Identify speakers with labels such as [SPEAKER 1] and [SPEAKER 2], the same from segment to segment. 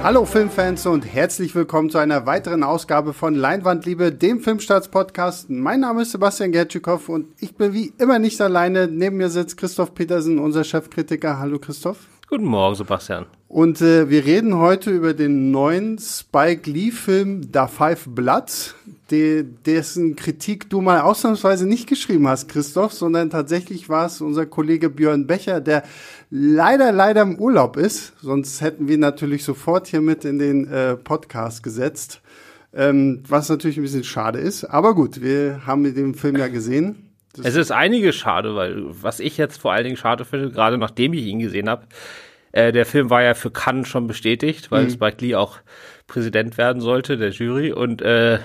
[SPEAKER 1] Hallo Filmfans und herzlich willkommen zu einer weiteren Ausgabe von Leinwandliebe, dem Filmstarts-Podcast. Mein Name ist Sebastian Gertschikow und ich bin wie immer nicht alleine. Neben mir sitzt Christoph Petersen, unser Chefkritiker. Hallo Christoph.
[SPEAKER 2] Guten Morgen, Sebastian.
[SPEAKER 1] Und wir reden heute über den neuen Spike Lee-Film Da Five Bloods, dessen Kritik du mal ausnahmsweise nicht geschrieben hast, Christoph, sondern tatsächlich war es unser Kollege Björn Becher, der leider im Urlaub ist. Sonst hätten wir ihn natürlich sofort hier mit in den Podcast gesetzt, was natürlich ein bisschen schade ist. Aber gut, wir haben den Film ja gesehen.
[SPEAKER 2] Es ist einiges schade, weil was ich jetzt vor allen Dingen schade finde, gerade nachdem ich ihn gesehen habe, der Film war ja für Cannes schon bestätigt, weil Spike Lee auch Präsident werden sollte, der Jury. Und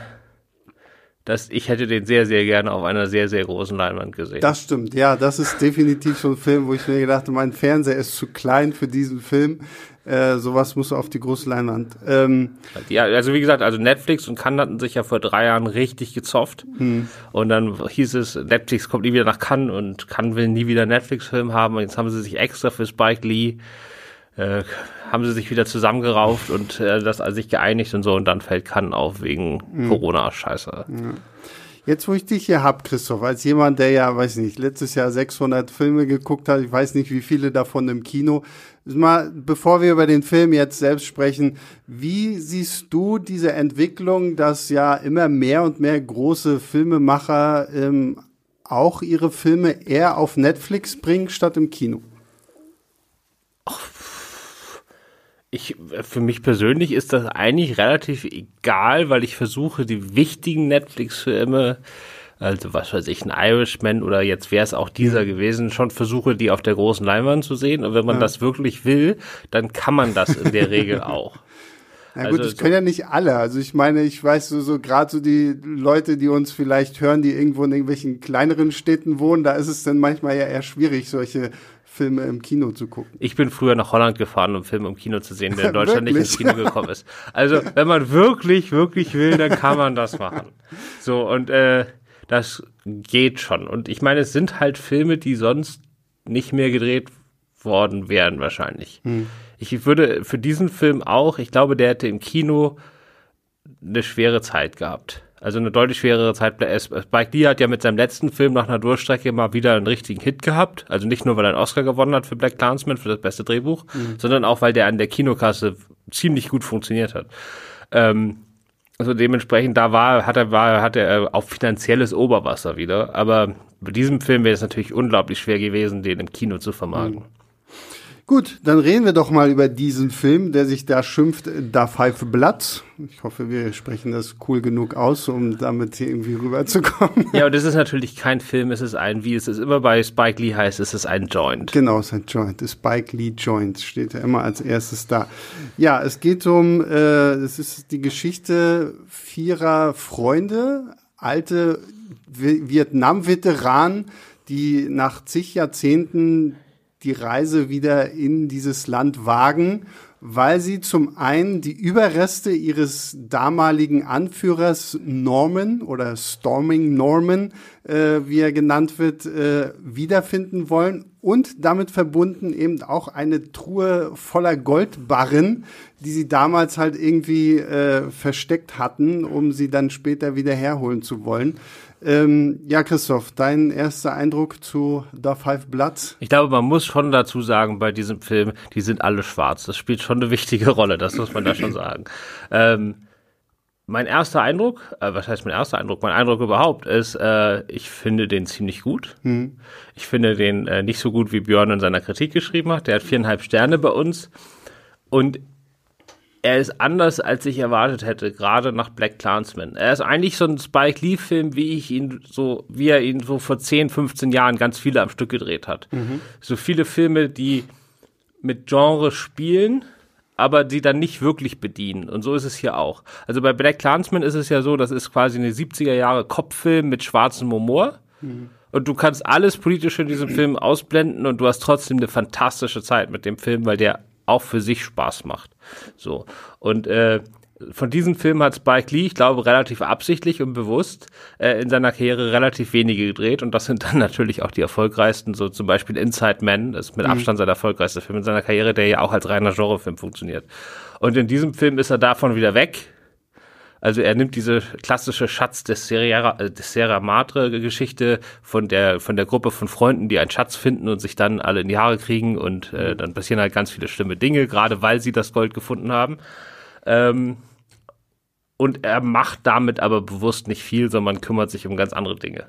[SPEAKER 2] ich hätte den sehr, sehr gerne auf einer sehr, sehr großen Leinwand gesehen.
[SPEAKER 1] Das stimmt, ja, das ist definitiv so ein Film, wo ich mir gedacht habe, mein Fernseher ist zu klein für diesen Film. Sowas muss auf die große Leinwand.
[SPEAKER 2] Ja, also wie gesagt, also Netflix und Cannes hatten sich ja vor 3 Jahren richtig gezofft. Und dann hieß es, Netflix kommt nie wieder nach Cannes und Cannes will nie wieder einen Netflix-Film haben. Und jetzt haben sie sich extra für Spike Lee haben sie sich wieder zusammengerauft und das sich geeinigt und so, und dann fällt Cannes auf wegen Corona-Scheiße. Ja.
[SPEAKER 1] Jetzt, wo ich dich hier hab, Christoph, als jemand, der ja, weiß nicht, letztes Jahr 600 Filme geguckt hat, ich weiß nicht, wie viele davon im Kino, mal, bevor wir über den Film jetzt selbst sprechen, wie siehst du diese Entwicklung, dass ja immer mehr und mehr große Filmemacher auch ihre Filme eher auf Netflix bringen statt im Kino?
[SPEAKER 2] Für mich persönlich ist das eigentlich relativ egal, weil ich versuche, die wichtigen Netflix-Filme, also was weiß ich, ein Irishman oder jetzt wäre es auch dieser gewesen, schon versuche, die auf der großen Leinwand zu sehen. Und wenn man das wirklich will, dann kann man das in der Regel auch.
[SPEAKER 1] Na gut, das können ja nicht alle. Also ich meine, ich weiß so gerade so die Leute, die uns vielleicht hören, die irgendwo in irgendwelchen kleineren Städten wohnen, da ist es dann manchmal ja eher schwierig, solche Filme im Kino zu gucken.
[SPEAKER 2] Ich bin früher nach Holland gefahren, um Filme im Kino zu sehen, der in Deutschland nicht ins Kino gekommen ist. Also, wenn man wirklich will, dann kann man das machen. So, und das geht schon. Und ich meine, es sind halt Filme, die sonst nicht mehr gedreht worden wären wahrscheinlich. Ich würde für diesen Film auch, ich glaube, der hätte im Kino eine schwere Zeit gehabt. Also eine deutlich schwerere Zeit. Spike Lee hat ja mit seinem letzten Film nach einer Durchstrecke mal wieder einen richtigen Hit gehabt. Also nicht nur, weil er einen Oscar gewonnen hat für BlacKkKlansman, für das beste Drehbuch, sondern auch, weil der an der Kinokasse ziemlich gut funktioniert hat. Also dementsprechend, hat er auch finanzielles Oberwasser wieder. Aber bei diesem Film wäre es natürlich unglaublich schwer gewesen, den im Kino zu vermarkten.
[SPEAKER 1] Gut, dann reden wir doch mal über diesen Film, der sich da schimpft, Da Five Bloods. Ich hoffe, wir sprechen das cool genug aus, um damit hier irgendwie rüberzukommen.
[SPEAKER 2] Ja, und das ist natürlich kein Film, es ist wie es immer bei Spike Lee heißt, es ist ein Joint.
[SPEAKER 1] Genau, es ist ein Joint. Das Spike Lee Joint steht ja immer als erstes da. Ja, es geht es ist die Geschichte 4 Freunde, alte Vietnam-Veteranen, die nach zig Jahrzehnten die Reise wieder in dieses Land wagen, weil sie zum einen die Überreste ihres damaligen Anführers Norman oder Storming Norman, wie er genannt wird, wiederfinden wollen und damit verbunden eben auch eine Truhe voller Goldbarren, die sie damals halt irgendwie versteckt hatten, um sie dann später wieder herholen zu wollen. Ja, Christoph, dein erster Eindruck zu Da Five Bloods?
[SPEAKER 2] Ich glaube, man muss schon dazu sagen, bei diesem Film, die sind alle schwarz. Das spielt schon eine wichtige Rolle, das muss man da schon sagen. Mein erster Eindruck, was heißt mein erster Eindruck? Mein Eindruck überhaupt ist, ich finde den ziemlich gut. Ich finde den nicht so gut, wie Björn in seiner Kritik geschrieben hat. Der hat 4,5 Sterne bei uns. Und er ist anders, als ich erwartet hätte, gerade nach BlacKkKlansman. Er ist eigentlich so ein Spike Lee-Film, wie er ihn so vor 10, 15 Jahren ganz viele am Stück gedreht hat. So viele Filme, die mit Genre spielen, aber die dann nicht wirklich bedienen. Und so ist es hier auch. Also bei BlacKkKlansman ist es ja so, das ist quasi eine 70er-Jahre-Kopffilm mit schwarzem Humor. Und du kannst alles Politische in diesem Film ausblenden und du hast trotzdem eine fantastische Zeit mit dem Film, weil der auch für sich Spaß macht. So. Und von diesen Filmen hat Spike Lee, ich glaube, relativ absichtlich und bewusst in seiner Karriere relativ wenige gedreht. Und das sind dann natürlich auch die erfolgreichsten, so zum Beispiel Inside Man, ist mit Abstand sein erfolgreichster Film in seiner Karriere, der ja auch als reiner Genrefilm funktioniert. Und in diesem Film ist er davon wieder weg. Also er nimmt diese klassische Schatz des Sierra Madre-Geschichte von der Gruppe von Freunden, die einen Schatz finden und sich dann alle in die Haare kriegen und dann passieren halt ganz viele schlimme Dinge, gerade weil sie das Gold gefunden haben. Und er macht damit aber bewusst nicht viel, sondern kümmert sich um ganz andere Dinge.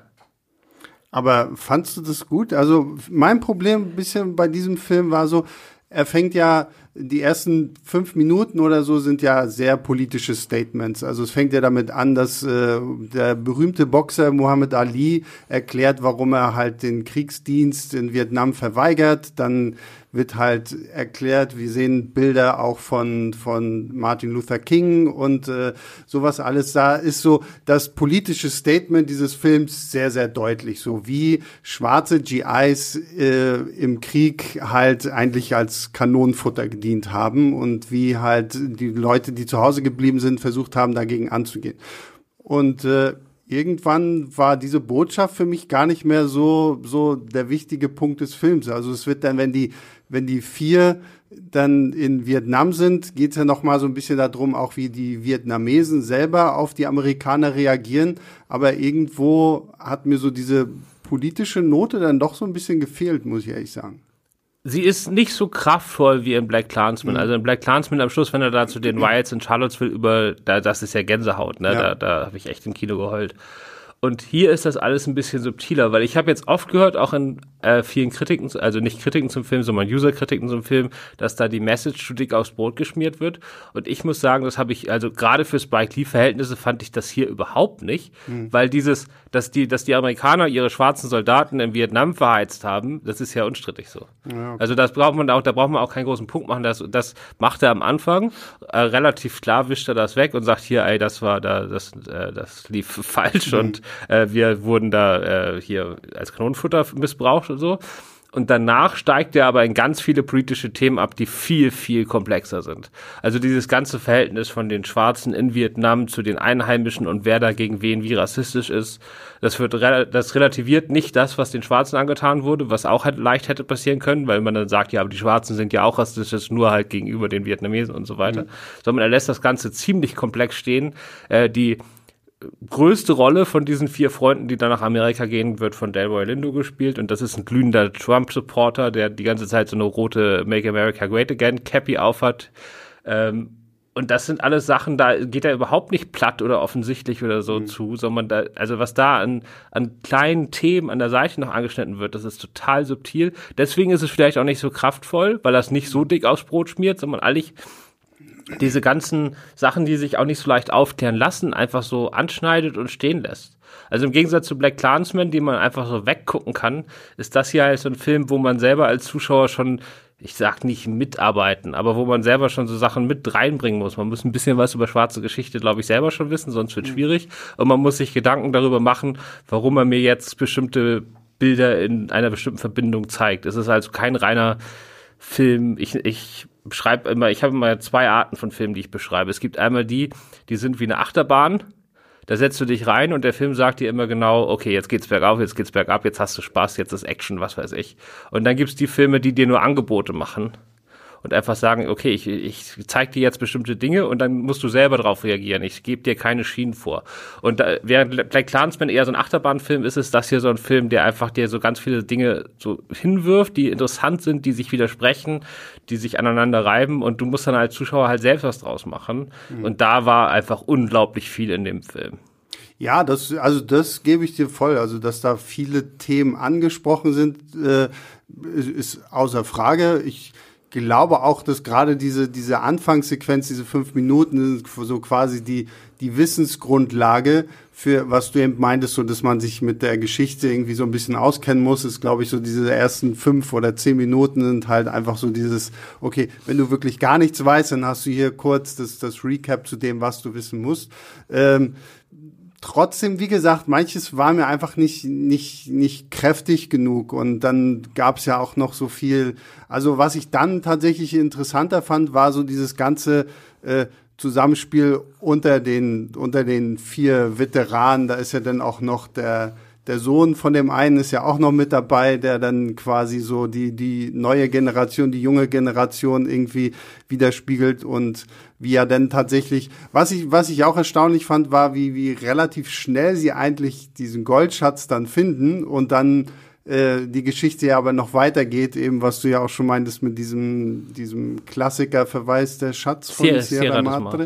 [SPEAKER 1] Aber fandst du das gut? Also mein Problem ein bisschen bei diesem Film war so, er fängt ja, die ersten 5 Minuten oder so sind ja sehr politische Statements. Also es fängt ja damit an, dass der berühmte Boxer Muhammad Ali erklärt, warum er halt den Kriegsdienst in Vietnam verweigert. Dann wird halt erklärt, wir sehen Bilder auch von Martin Luther King und sowas alles. Da ist so das politische Statement dieses Films sehr, sehr deutlich. So wie schwarze GIs im Krieg halt eigentlich als Kanonenfutter gedient haben und wie halt die Leute, die zu Hause geblieben sind, versucht haben, dagegen anzugehen. Und irgendwann war diese Botschaft für mich gar nicht mehr so der wichtige Punkt des Films. Also es wird dann, wenn die 4 dann in Vietnam sind, geht's ja noch mal so ein bisschen darum, auch wie die Vietnamesen selber auf die Amerikaner reagieren. Aber irgendwo hat mir so diese politische Note dann doch so ein bisschen gefehlt, muss ich ehrlich sagen.
[SPEAKER 2] Sie ist nicht so kraftvoll wie in BlacKkKlansman. Also in BlacKkKlansman am Schluss, wenn er da zu den Riots in Charlottesville das ist ja Gänsehaut, ne? Ja. Da habe ich echt im Kino geheult. Und hier ist das alles ein bisschen subtiler, weil ich habe jetzt oft gehört, auch in vielen Kritiken, also nicht Kritiken zum Film, sondern User-Kritiken zum Film, dass da die Message zu dick aufs Brot geschmiert wird. Und ich muss sagen, das habe ich, also gerade für Spike Lee-Verhältnisse fand ich das hier überhaupt nicht, weil dass die Amerikaner ihre schwarzen Soldaten in Vietnam verheizt haben, das ist ja unstrittig so. Ja, okay. Also da braucht man auch keinen großen Punkt machen, das macht er am Anfang, relativ klar wischt er das weg und sagt hier, ey, das lief falsch und wir wurden da hier als Kanonenfutter missbraucht und so. Und danach steigt er aber in ganz viele politische Themen ab, die viel, viel komplexer sind. Also dieses ganze Verhältnis von den Schwarzen in Vietnam zu den Einheimischen und wer da gegen wen wie rassistisch ist, das relativiert nicht das, was den Schwarzen angetan wurde, was auch leicht hätte passieren können, weil man dann sagt, ja, aber die Schwarzen sind ja auch rassistisch, nur halt gegenüber den Vietnamesen und so weiter. Sondern er lässt das Ganze ziemlich komplex stehen. Die größte Rolle von diesen 4 Freunden, die dann nach Amerika gehen, wird von Delroy Lindo gespielt und das ist ein glühender Trump-Supporter, der die ganze Zeit so eine rote Make America Great Again Cappy aufhat. Und das sind alles Sachen, da geht er überhaupt nicht platt oder offensichtlich oder so zu, sondern also was da an kleinen Themen an der Seite noch angeschnitten wird, das ist total subtil. Deswegen ist es vielleicht auch nicht so kraftvoll, weil das nicht so dick aufs Brot schmiert, sondern eigentlich diese ganzen Sachen, die sich auch nicht so leicht aufklären lassen, einfach so anschneidet und stehen lässt. Also im Gegensatz zu BlacKkKlansman, die man einfach so weggucken kann, ist das hier halt so ein Film, wo man selber als Zuschauer schon, ich sag nicht mitarbeiten, aber wo man selber schon so Sachen mit reinbringen muss. Man muss ein bisschen was über schwarze Geschichte, glaube ich, selber schon wissen, sonst wird es schwierig. Und man muss sich Gedanken darüber machen, warum er mir jetzt bestimmte Bilder in einer bestimmten Verbindung zeigt. Es ist also kein reiner Film. Ich habe immer 2 Arten von Filmen, die ich beschreibe. Es gibt einmal die sind wie eine Achterbahn. Da setzt du dich rein und der Film sagt dir immer genau, okay, jetzt geht's bergauf, jetzt geht's bergab, jetzt hast du Spaß, jetzt ist Action, was weiß ich. Und dann gibt's die Filme, die dir nur Angebote machen und einfach sagen, okay, ich zeig dir jetzt bestimmte Dinge und dann musst du selber drauf reagieren. Ich gebe dir keine Schienen vor. Und während BlacKkKlansman eher so ein Achterbahnfilm ist, ist das hier so ein Film, der einfach dir so ganz viele Dinge so hinwirft, die interessant sind, die sich widersprechen, die sich aneinander reiben und du musst dann als Zuschauer halt selbst was draus machen. Und da war einfach unglaublich viel in dem Film.
[SPEAKER 1] Ja, das gebe ich dir voll. Also, dass da viele Themen angesprochen sind, ist außer Frage. Ich glaube auch, dass gerade diese Anfangssequenz, diese 5 Minuten, so quasi die Wissensgrundlage für, was du eben meintest, so, dass man sich mit der Geschichte irgendwie so ein bisschen auskennen muss, ist, glaube ich, so diese ersten 5 oder 10 Minuten sind halt einfach so dieses, okay, wenn du wirklich gar nichts weißt, dann hast du hier kurz das Recap zu dem, was du wissen musst. Trotzdem, wie gesagt, manches war mir einfach nicht kräftig genug und dann gab's ja auch noch so viel. Also was ich dann tatsächlich interessanter fand, war so dieses ganze Zusammenspiel unter den 4 Veteranen, da ist ja dann auch noch der Sohn von dem einen ist ja auch noch mit dabei, der dann quasi so die neue Generation, die junge Generation irgendwie widerspiegelt und wie er dann tatsächlich, was ich auch erstaunlich fand, war, wie relativ schnell sie eigentlich diesen Goldschatz dann finden und dann die Geschichte ja aber noch weitergeht, eben was du ja auch schon meintest mit diesem Klassiker-Verweis, der Schatz von Sierra Madre,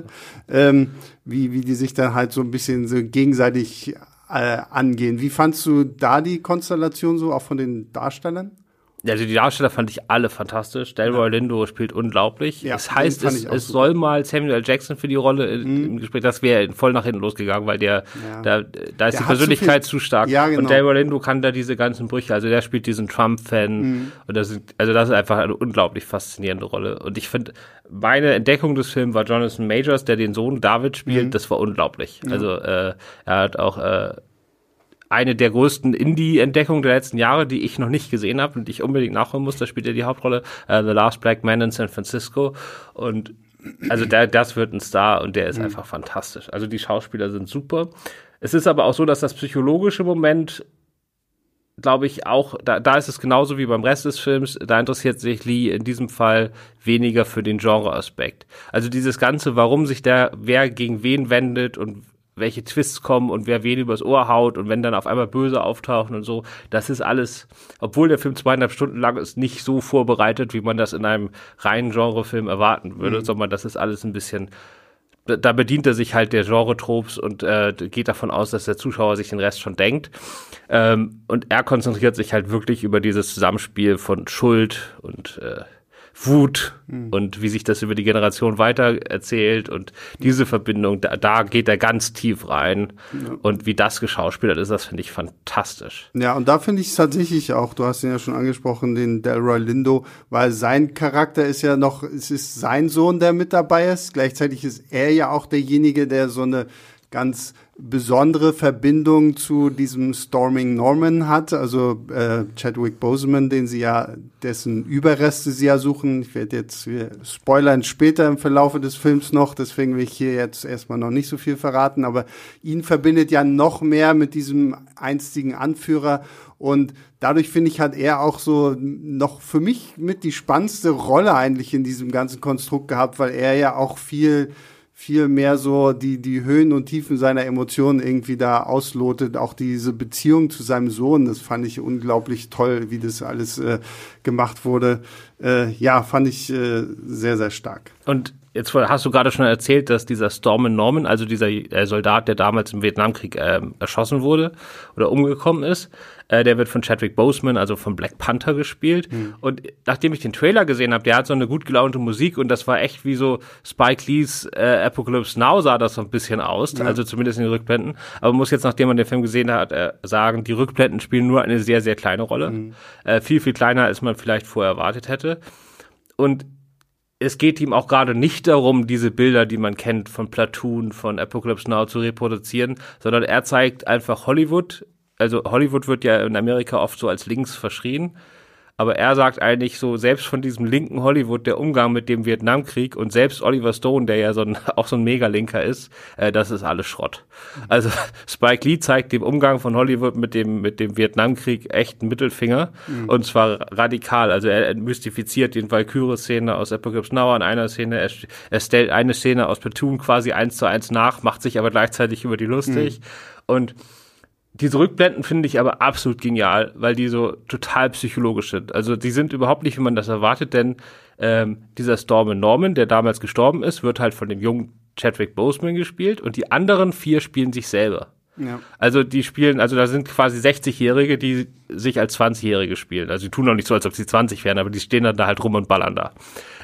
[SPEAKER 1] wie die sich dann halt so ein bisschen so gegenseitig angehen. Wie fandst du da die Konstellation so, auch von den Darstellern?
[SPEAKER 2] Also die Darsteller fand ich alle fantastisch. Delroy Lindo spielt unglaublich. Ja, das heißt, es soll mal Samuel L. Jackson für die Rolle im Gespräch, das wäre voll nach hinten losgegangen, weil da ist die Persönlichkeit zu stark. Ja, genau. Und Delroy Lindo kann da diese ganzen Brüche, also der spielt diesen Trump-Fan. Und das ist einfach eine unglaublich faszinierende Rolle. Und ich finde, meine Entdeckung des Films war Jonathan Majors, der den Sohn David spielt. Das war unglaublich. Also er hat auch eine der größten Indie-Entdeckungen der letzten Jahre, die ich noch nicht gesehen habe und die ich unbedingt nachholen muss. Da spielt er die Hauptrolle, The Last Black Man in San Francisco. Und also das wird ein Star und der ist einfach fantastisch. Also die Schauspieler sind super. Es ist aber auch so, dass das psychologische Moment, glaube ich, auch, da ist es genauso wie beim Rest des Films, da interessiert sich Lee in diesem Fall weniger für den Genre-Aspekt. Also dieses Ganze, warum sich wer gegen wen wendet und welche Twists kommen und wer wen übers Ohr haut und wenn dann auf einmal Böse auftauchen und so, das ist alles, obwohl der Film 2,5 Stunden lang ist, nicht so vorbereitet, wie man das in einem reinen Genrefilm erwarten würde, sondern das ist alles ein bisschen, da bedient er sich halt der Genre-Tropes und geht davon aus, dass der Zuschauer sich den Rest schon denkt. Und er konzentriert sich halt wirklich über dieses Zusammenspiel von Schuld und Wut und wie sich das über die Generation weiter erzählt und diese Verbindung, da geht er ganz tief rein und wie das geschauspielert ist, das finde ich fantastisch.
[SPEAKER 1] Ja, und da finde ich es tatsächlich auch, du hast ihn ja schon angesprochen, den Delroy Lindo, weil sein Charakter ist ja noch, es ist sein Sohn, der mit dabei ist, gleichzeitig ist er ja auch derjenige, der so eine ganz besondere Verbindung zu diesem Storming Norman hat, also Chadwick Boseman, dessen Überreste sie ja suchen. Ich werde jetzt spoilern später im Verlaufe des Films noch, deswegen will ich hier jetzt erstmal noch nicht so viel verraten, aber ihn verbindet ja noch mehr mit diesem einstigen Anführer und dadurch finde ich, hat er auch so noch für mich mit die spannendste Rolle eigentlich in diesem ganzen Konstrukt gehabt, weil er ja auch viel mehr so die Höhen und Tiefen seiner Emotionen irgendwie da auslotet. Auch diese Beziehung zu seinem Sohn, das fand ich unglaublich toll, wie das alles gemacht wurde. Fand ich sehr, sehr stark.
[SPEAKER 2] Und jetzt hast du gerade schon erzählt, dass dieser Stormin Norman, also dieser Soldat, der damals im Vietnamkrieg erschossen wurde oder umgekommen ist, der wird von Chadwick Boseman, also von Black Panther gespielt. Und nachdem ich den Trailer gesehen habe, der hat so eine gut gelaunte Musik und das war echt wie so Spike Lees Apocalypse Now sah das so ein bisschen aus, also zumindest in den Rückblenden. Aber man muss jetzt, nachdem man den Film gesehen hat, sagen, die Rückblenden spielen nur eine sehr, sehr kleine Rolle. Viel, viel kleiner, als man vielleicht vorher erwartet hätte. Und es geht ihm auch gerade nicht darum, diese Bilder, die man kennt von Platoon, von Apocalypse Now zu reproduzieren, sondern er zeigt einfach Hollywood. Also Hollywood wird ja in Amerika oft so als links verschrien, aber er sagt eigentlich so, selbst von diesem linken Hollywood, der Umgang mit dem Vietnamkrieg und selbst Oliver Stone, der ja auch so ein Megalinker ist, das ist alles Schrott. Also Spike Lee zeigt dem Umgang von Hollywood mit dem Vietnamkrieg echt einen Mittelfinger und zwar radikal. Also er mystifiziert die Valkyrie-Szene aus Apocalypse Now an einer Szene, er stellt eine Szene aus Platoon quasi 1:1 nach, macht sich aber gleichzeitig über die lustig und diese Rückblenden finde ich aber absolut genial, weil die so total psychologisch sind. Also die sind überhaupt nicht, wie man das erwartet, denn dieser Stormin Norman, der damals gestorben ist, wird halt von dem jungen Chadwick Boseman gespielt und die anderen 4 spielen sich selber. Ja. Also da sind quasi 60-Jährige, die sich als 20-Jährige spielen. Also die tun auch nicht so, als ob sie 20 wären, aber die stehen dann da halt rum und ballern da.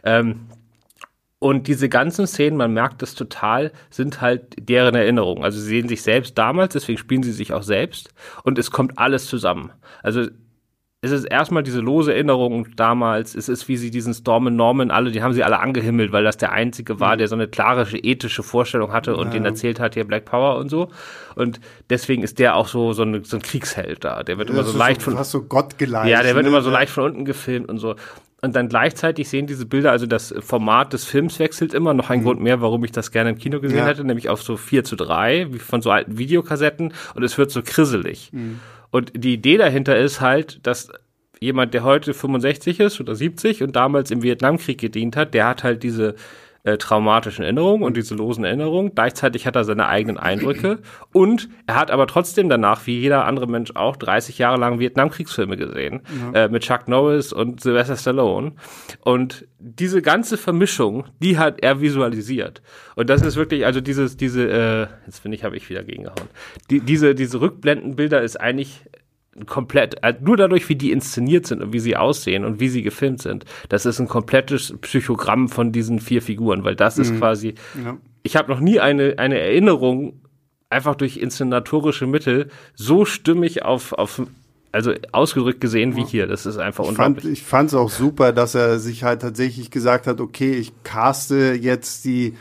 [SPEAKER 2] Und diese ganzen Szenen, man merkt das total, sind halt deren Erinnerungen. Also sie sehen sich selbst damals, deswegen spielen sie sich auch selbst. Und es kommt alles zusammen. Also es ist erstmal diese lose Erinnerung damals. Es ist, wie sie diesen Stormin Norman die haben sie alle angehimmelt, weil das der Einzige war, der so eine klare ethische Vorstellung hatte und denen erzählt hat, hier Black Power und so. Und deswegen ist der auch so ein Kriegsheld da. Der wird immer so leicht fast
[SPEAKER 1] so gottgleich.
[SPEAKER 2] Ja, der wird immer so leicht von unten gefilmt und so. Und dann gleichzeitig sehen diese Bilder, also das Format des Films wechselt immer, noch ein Grund mehr, warum ich das gerne im Kino gesehen hätte, nämlich auf so 4:3, wie von so alten Videokassetten, und es wird so krisselig. Und die Idee dahinter ist halt, dass jemand, der heute 65 ist oder 70 und damals im Vietnamkrieg gedient hat, der hat halt diese traumatischen Erinnerungen und diese losen Erinnerungen. Gleichzeitig hat er seine eigenen Eindrücke und er hat aber trotzdem danach, wie jeder andere Mensch auch, 30 Jahre lang Vietnamkriegsfilme gesehen, mit Chuck Norris und Sylvester Stallone. Und diese ganze Vermischung, die hat er visualisiert. Und das ist wirklich, also jetzt finde ich, habe ich wieder gegengehauen. Diese Rückblendenbilder ist eigentlich komplett, nur dadurch, wie die inszeniert sind und wie sie aussehen und wie sie gefilmt sind, das ist ein komplettes Psychogramm von diesen 4 Figuren, weil das ist quasi, ich habe noch nie eine Erinnerung einfach durch inszenatorische Mittel so stimmig also ausgedrückt gesehen wie hier. Das ist einfach unglaublich.
[SPEAKER 1] Ich fand es auch super, dass er sich halt tatsächlich gesagt hat, okay, ich caste jetzt die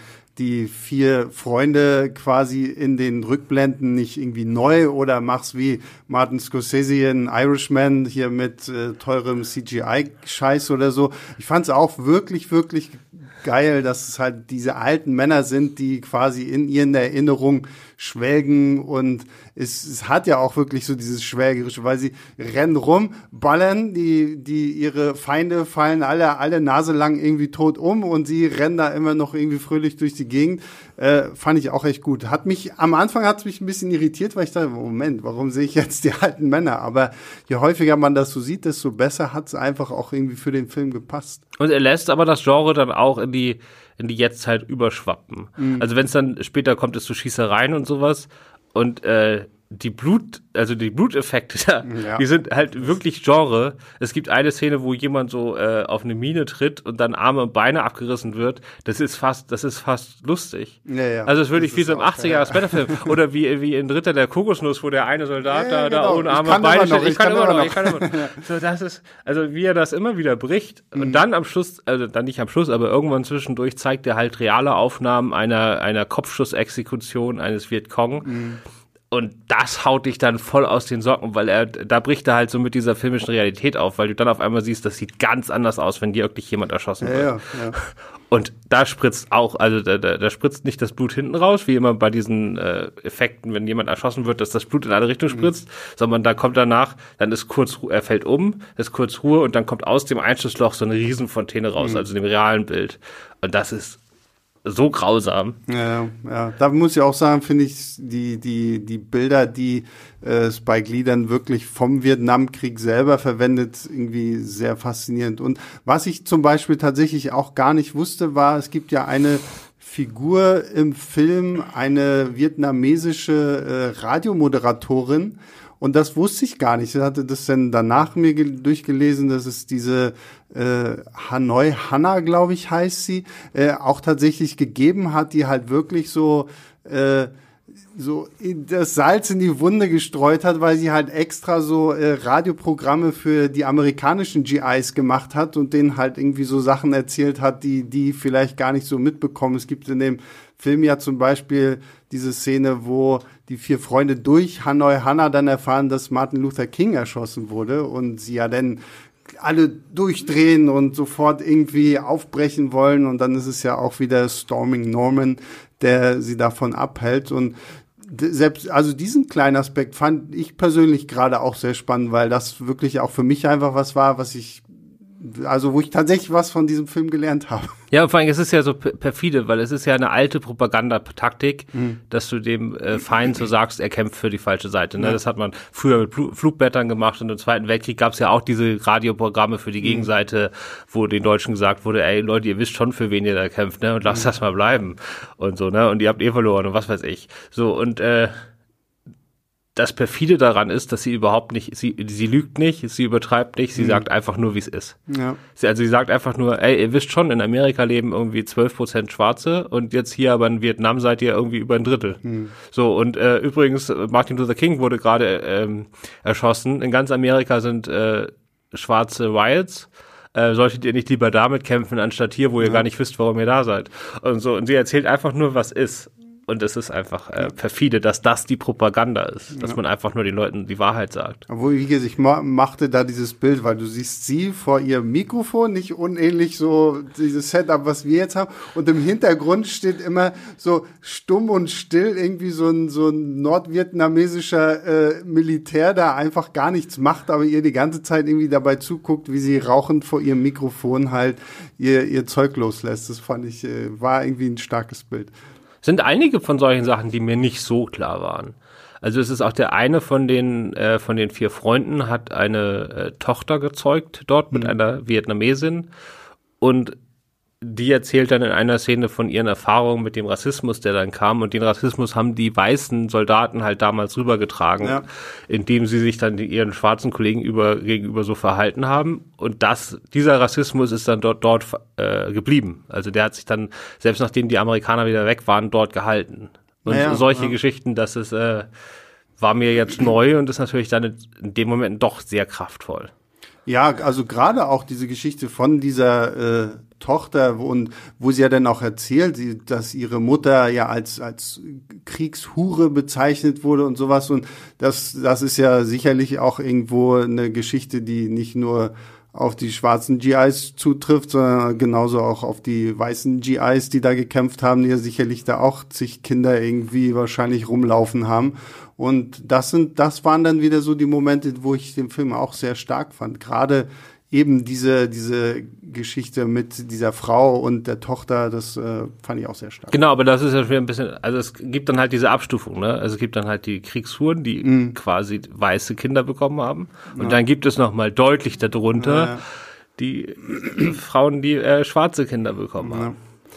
[SPEAKER 1] 4 Freunde quasi in den Rückblenden nicht irgendwie neu oder mach's wie Martin Scorsese in Irishman hier mit teurem CGI-Scheiß oder so. Ich fand's auch wirklich, wirklich geil, dass es halt diese alten Männer sind, die quasi in ihren Erinnerungen schwelgen und es hat ja auch wirklich so dieses Schwelgerische, weil sie rennen rum, ballern, die ihre Feinde fallen alle Nase lang irgendwie tot um und sie rennen da immer noch irgendwie fröhlich durch die Gegend. Fand ich auch echt gut. Am Anfang hat's mich ein bisschen irritiert, weil ich dachte, Moment, warum sehe ich jetzt die alten Männer? Aber je häufiger man das so sieht, desto besser hat's einfach auch irgendwie für den Film gepasst.
[SPEAKER 2] Und er lässt aber das Genre dann auch in die Jetztzeit überschwappen. Also wenn es dann später kommt, es zu Schießereien und sowas und die Bluteffekte da, die sind halt wirklich Genre. Es gibt eine Szene, wo jemand so auf eine Mine tritt und dann Arme und Beine abgerissen wird. Das ist fast lustig.
[SPEAKER 1] Ja.
[SPEAKER 2] Also das würde ich wie so im 80er-Jahres-Beta-Film. Oder wie in Ritter der Kokosnuss, wo der eine Soldat da ohne Arme und Beine steht. Ich kann immer noch. So, das ist, also wie er das immer wieder bricht. Und dann am Schluss, also dann nicht am Schluss, aber irgendwann zwischendurch zeigt er halt reale Aufnahmen einer Kopfschussexekution eines Vietcong. Und das haut dich dann voll aus den Socken, weil da bricht er halt so mit dieser filmischen Realität auf, weil du dann auf einmal siehst, das sieht ganz anders aus, wenn dir wirklich jemand erschossen wird. Ja. Und da spritzt auch, also da spritzt nicht das Blut hinten raus, wie immer bei diesen Effekten, wenn jemand erschossen wird, dass das Blut in eine Richtung spritzt, sondern da kommt danach, dann ist er fällt um, ist kurz Ruhe und dann kommt aus dem Einschussloch so eine Riesenfontäne raus, also dem realen Bild. Und das ist so grausam.
[SPEAKER 1] Ja. Da muss ich auch sagen, finde ich die Bilder, die Spike Lee dann wirklich vom Vietnamkrieg selber verwendet, irgendwie sehr faszinierend. Und was ich zum Beispiel tatsächlich auch gar nicht wusste, war, es gibt ja eine Figur im Film, eine vietnamesische Radiomoderatorin. Und das wusste ich gar nicht. Ich hatte das dann danach mir durchgelesen, dass es diese Hanoi Hannah, glaube ich, heißt sie, auch tatsächlich gegeben hat, die halt wirklich so das Salz in die Wunde gestreut hat, weil sie halt extra so Radioprogramme für die amerikanischen GIs gemacht hat und denen halt irgendwie so Sachen erzählt hat, die vielleicht gar nicht so mitbekommen. Es gibt in dem Film ja zum Beispiel diese Szene, wo die 4 Freunde durch Hanoi Hannah dann erfahren, dass Martin Luther King erschossen wurde und sie ja dann alle durchdrehen und sofort irgendwie aufbrechen wollen und dann ist es ja auch wieder Storming Norman, der sie davon abhält und selbst, also diesen kleinen Aspekt fand ich persönlich gerade auch sehr spannend, weil das wirklich auch für mich einfach was war, wo ich tatsächlich was von diesem Film gelernt habe.
[SPEAKER 2] Ja, vor allem, es ist ja so perfide, weil es ist ja eine alte Propagandataktik, dass du dem Feind so sagst, er kämpft für die falsche Seite. Ne? Ja. Das hat man früher mit Flugblättern gemacht und im Zweiten Weltkrieg gab es ja auch diese Radioprogramme für die Gegenseite, wo den Deutschen gesagt wurde, ey Leute, ihr wisst schon, für wen ihr da kämpft, ne? Und lasst das mal bleiben und so, ne? Und ihr habt verloren und was weiß ich. So, und das perfide daran ist, dass sie überhaupt nicht, sie lügt nicht, sie übertreibt nicht, sie sagt einfach nur, wie es ist. Ja. Sie sagt einfach nur, ey, ihr wisst schon, in Amerika leben irgendwie 12% Schwarze und jetzt hier aber in Vietnam seid ihr irgendwie über ein Drittel. So, und übrigens, Martin Luther King wurde gerade erschossen. In ganz Amerika sind schwarze Riots. Solltet ihr nicht lieber damit kämpfen, anstatt hier, wo ihr gar nicht wisst, warum ihr da seid. Und so, und sie erzählt einfach nur, was ist. und es ist einfach perfide, dass das die Propaganda ist, dass man einfach nur den Leuten die Wahrheit sagt.
[SPEAKER 1] Obwohl, wie gesagt, ich machte da dieses Bild, weil du siehst sie vor ihrem Mikrofon, nicht unähnlich so dieses Setup, was wir jetzt haben, und im Hintergrund steht immer so stumm und still irgendwie so ein nordvietnamesischer Militär, der einfach gar nichts macht, aber ihr die ganze Zeit irgendwie dabei zuguckt, wie sie rauchend vor ihrem Mikrofon halt ihr Zeug loslässt. Das fand ich, war irgendwie ein starkes Bild.
[SPEAKER 2] Sind einige von solchen Sachen, die mir nicht so klar waren. Also es ist auch der eine von den 4 Freunden hat eine Tochter gezeugt dort mit einer Vietnamesin, und die erzählt dann in einer Szene von ihren Erfahrungen mit dem Rassismus, der dann kam, und den Rassismus haben die weißen Soldaten halt damals rübergetragen, indem sie sich dann ihren schwarzen Kollegen gegenüber so verhalten haben, und dieser Rassismus ist dann dort geblieben. Also der hat sich dann, selbst nachdem die Amerikaner wieder weg waren, dort gehalten. Und solche Geschichten, das ist war mir jetzt neu und ist natürlich dann in dem Moment doch sehr kraftvoll.
[SPEAKER 1] Ja, also gerade auch diese Geschichte von dieser Tochter, und wo sie ja dann auch erzählt, dass ihre Mutter ja als Kriegshure bezeichnet wurde und sowas, und das ist ja sicherlich auch irgendwo eine Geschichte, die nicht nur auf die schwarzen GIs zutrifft, sondern genauso auch auf die weißen GIs, die da gekämpft haben, die ja sicherlich da auch zig Kinder irgendwie wahrscheinlich rumlaufen haben. Und das waren dann wieder so die Momente, wo ich den Film auch sehr stark fand. Gerade eben diese Geschichte mit dieser Frau und der Tochter, das fand ich auch sehr stark.
[SPEAKER 2] Genau, aber das ist ja schon ein bisschen, also es gibt dann halt diese Abstufung, ne? Also es gibt dann halt die Kriegshuren, die quasi weiße Kinder bekommen haben. Und dann gibt es nochmal deutlich darunter die Frauen, die schwarze Kinder bekommen haben.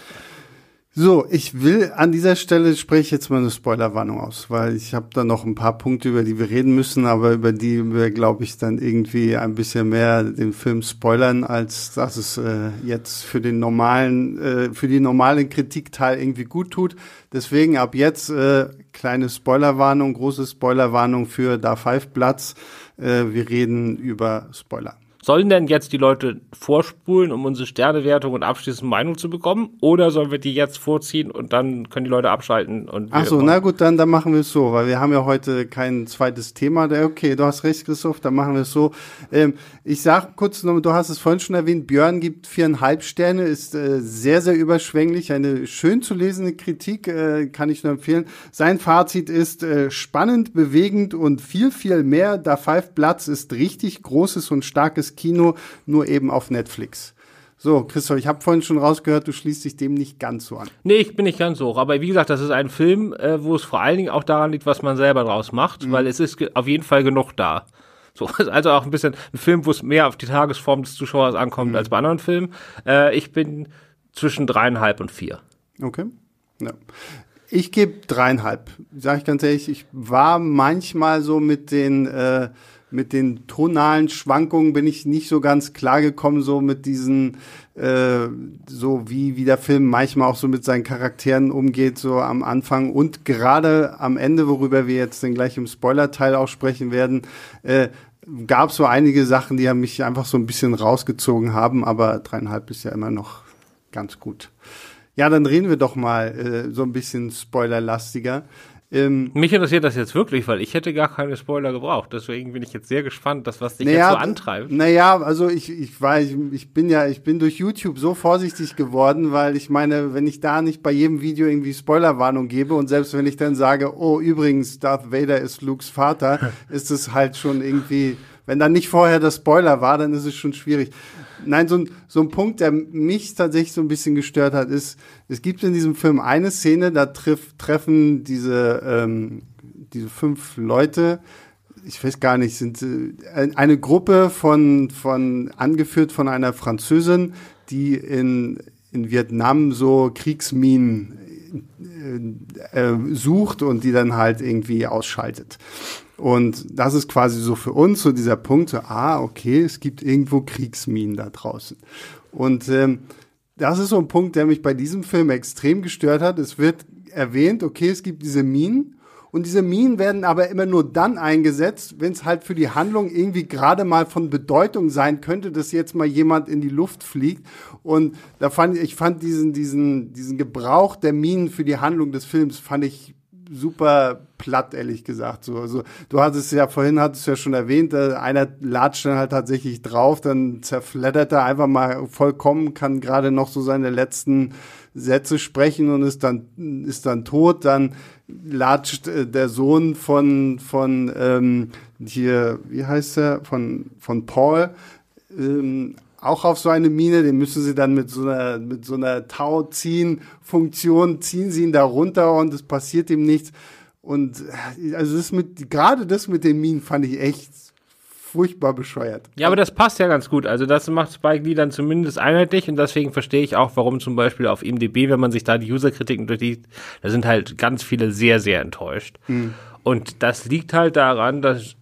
[SPEAKER 1] So, ich will an dieser Stelle spreche ich jetzt mal eine Spoilerwarnung aus, weil ich habe da noch ein paar Punkte, über die wir reden müssen, aber über die wir, glaube ich, dann irgendwie ein bisschen mehr den Film spoilern, als dass es jetzt für die normale Kritikteil irgendwie gut tut. Deswegen ab jetzt kleine Spoilerwarnung, große Spoilerwarnung für Da 5 Platz. Wir reden über Spoiler.
[SPEAKER 2] Sollen denn jetzt die Leute vorspulen, um unsere Sternewertung und abschließende Meinung zu bekommen? Oder sollen wir die jetzt vorziehen und dann können die Leute abschalten?
[SPEAKER 1] Ach so, na gut, dann machen wir es so, weil wir haben ja heute kein zweites Thema. Okay, du hast recht, Christoph, dann machen wir es so. Ich sag kurz noch, du hast es vorhin schon erwähnt, Björn gibt 4,5 Sterne, ist sehr, sehr überschwänglich. Eine schön zu lesende Kritik, kann ich nur empfehlen. Sein Fazit ist spannend, bewegend und viel, viel mehr. Da 5 Platz ist richtig großes und starkes Kino, nur eben auf Netflix. So, Christoph, ich habe vorhin schon rausgehört, du schließt dich dem nicht ganz so an.
[SPEAKER 2] Nee, ich bin nicht ganz so. Aber wie gesagt, das ist ein Film, wo es vor allen Dingen auch daran liegt, was man selber draus macht, weil es ist auf jeden Fall genug da. So, also auch ein bisschen ein Film, wo es mehr auf die Tagesform des Zuschauers ankommt als bei anderen Filmen. Ich bin zwischen 3,5 und 4.
[SPEAKER 1] Okay. Ja. Ich gebe 3,5. Sag ich ganz ehrlich, ich war manchmal so mit den tonalen Schwankungen bin ich nicht so ganz klar gekommen, so mit diesen, so wie der Film manchmal auch so mit seinen Charakteren umgeht, so am Anfang und gerade am Ende, worüber wir jetzt dann gleich im Spoiler-Teil auch sprechen werden, gab so einige Sachen, die mich einfach so ein bisschen rausgezogen haben, aber 3,5 ist ja immer noch ganz gut. Ja, dann reden wir doch mal so ein bisschen spoilerlastiger.
[SPEAKER 2] Mich interessiert das jetzt wirklich, weil ich hätte gar keine Spoiler gebraucht. Deswegen bin ich jetzt sehr gespannt, was dich jetzt so antreibt.
[SPEAKER 1] Naja, also ich bin durch YouTube so vorsichtig geworden, weil ich meine, wenn ich da nicht bei jedem Video irgendwie Spoilerwarnung gebe und selbst wenn ich dann sage, oh, übrigens, Darth Vader ist Lukes Vater, ist es halt schon irgendwie, wenn da nicht vorher das Spoiler war, dann ist es schon schwierig. Nein, so ein Punkt, der mich tatsächlich so ein bisschen gestört hat, ist, es gibt in diesem Film eine Szene, da treffen diese 5 Leute, ich weiß gar nicht, sind eine Gruppe von angeführt von einer Französin, die in Vietnam so Kriegsminen sucht und die dann halt irgendwie ausschaltet. Und das ist quasi so für uns so dieser Punkt, so, okay, es gibt irgendwo Kriegsminen da draußen. Und das ist so ein Punkt, der mich bei diesem Film extrem gestört hat. Es wird erwähnt, okay, es gibt diese Minen Und diese Minen werden aber immer nur dann eingesetzt, wenn es halt für die Handlung irgendwie gerade mal von Bedeutung sein könnte, dass jetzt mal jemand in die Luft fliegt. Und ich fand diesen Gebrauch der Minen für die Handlung des Films fand ich super platt, ehrlich gesagt. So, also du hattest ja schon erwähnt, einer latscht dann halt tatsächlich drauf, dann zerfleddert er einfach mal vollkommen, kann gerade noch so seine letzten Sätze sprechen und ist dann tot. Dann latscht der Sohn von hier, wie heißt er, von Paul, auch auf so eine Mine, den müssen sie dann mit so einer Tau-Ziehen-Funktion, ziehen sie ihn da runter und es passiert ihm nichts. Und also gerade das mit den Minen fand ich echt furchtbar bescheuert.
[SPEAKER 2] Ja, aber das passt ja ganz gut. Also das macht Spike Lee dann zumindest einheitlich und deswegen verstehe ich auch, warum zum Beispiel auf IMDb, wenn man sich da die User-Kritiken durchliest, da sind halt ganz viele sehr, sehr enttäuscht. Und das liegt halt daran, dass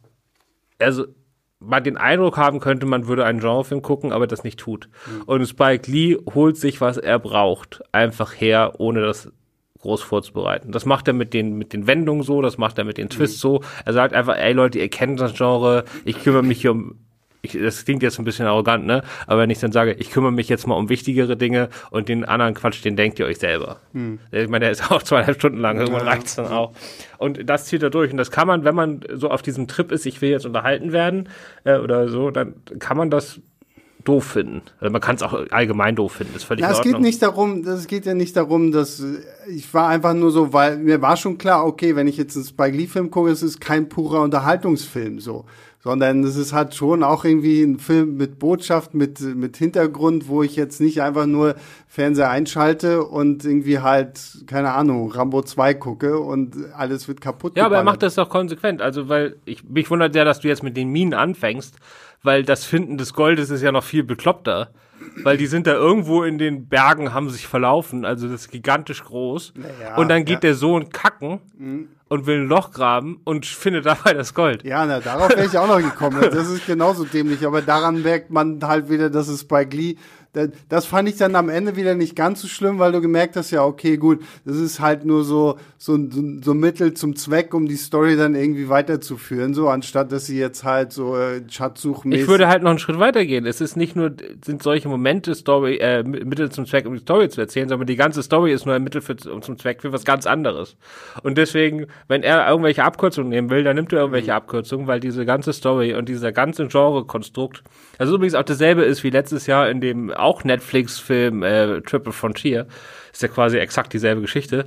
[SPEAKER 2] man den Eindruck haben könnte, man würde einen Genrefilm gucken, aber das nicht tut. Und Spike Lee holt sich, was er braucht, einfach her, ohne das groß vorzubereiten. Das macht er mit den Wendungen so, das macht er mit den Twists so. Er sagt einfach, ey Leute, ihr kennt das Genre, ich kümmere mich hier das klingt jetzt ein bisschen arrogant, ne? Aber wenn ich dann sage, ich kümmere mich jetzt mal um wichtigere Dinge und den anderen Quatsch, den denkt ihr euch selber. Ich meine, der ist auch 2,5 Stunden lang, irgendwann reicht's dann auch. Und das zieht er durch. Und das kann man, wenn man so auf diesem Trip ist, ich will jetzt unterhalten werden, oder so, dann kann man das doof finden. Also man kann es auch allgemein doof finden, ist völlig in Ordnung.
[SPEAKER 1] Es geht ja nicht darum, dass ich war einfach nur so, weil mir war schon klar, okay, wenn ich jetzt einen Spike Lee Film gucke, es ist kein purer Unterhaltungsfilm, so. Sondern es ist halt schon auch irgendwie ein Film mit Botschaft, mit Hintergrund, wo ich jetzt nicht einfach nur Fernseher einschalte und irgendwie halt, keine Ahnung, Rambo 2 gucke und alles wird kaputt.
[SPEAKER 2] Ja, aber er macht das doch konsequent. Also, weil mich wundert ja, dass du jetzt mit den Minen anfängst, weil das Finden des Goldes ist ja noch viel bekloppter. Weil die sind da irgendwo in den Bergen, haben sich verlaufen, also das ist gigantisch groß. Ja, und dann geht der Sohn kacken und will ein Loch graben und findet dabei das Gold.
[SPEAKER 1] Ja, darauf wäre ich auch noch gekommen. Das ist genauso dämlich, aber daran merkt man halt wieder, dass es Spike Lee, das fand ich dann am Ende wieder nicht ganz so schlimm, weil du gemerkt hast, ja, okay, gut, das ist halt nur so Mittel zum Zweck, um die Story dann irgendwie weiterzuführen, so, anstatt dass sie jetzt halt so Schatzsuchmäßig.
[SPEAKER 2] Ich würde halt noch einen Schritt weitergehen. Es ist nicht nur, sind solche Momente Mittel zum Zweck, um die Story zu erzählen, sondern die ganze Story ist nur ein Mittel zum Zweck für was ganz anderes. Und deswegen, wenn er irgendwelche Abkürzungen nehmen will, dann nimmt er irgendwelche Abkürzungen, weil diese ganze Story und dieser ganze Genre-Konstrukt, also übrigens auch dasselbe ist wie letztes Jahr in dem auch Netflix-Film Triple Frontier, ist ja quasi exakt dieselbe Geschichte.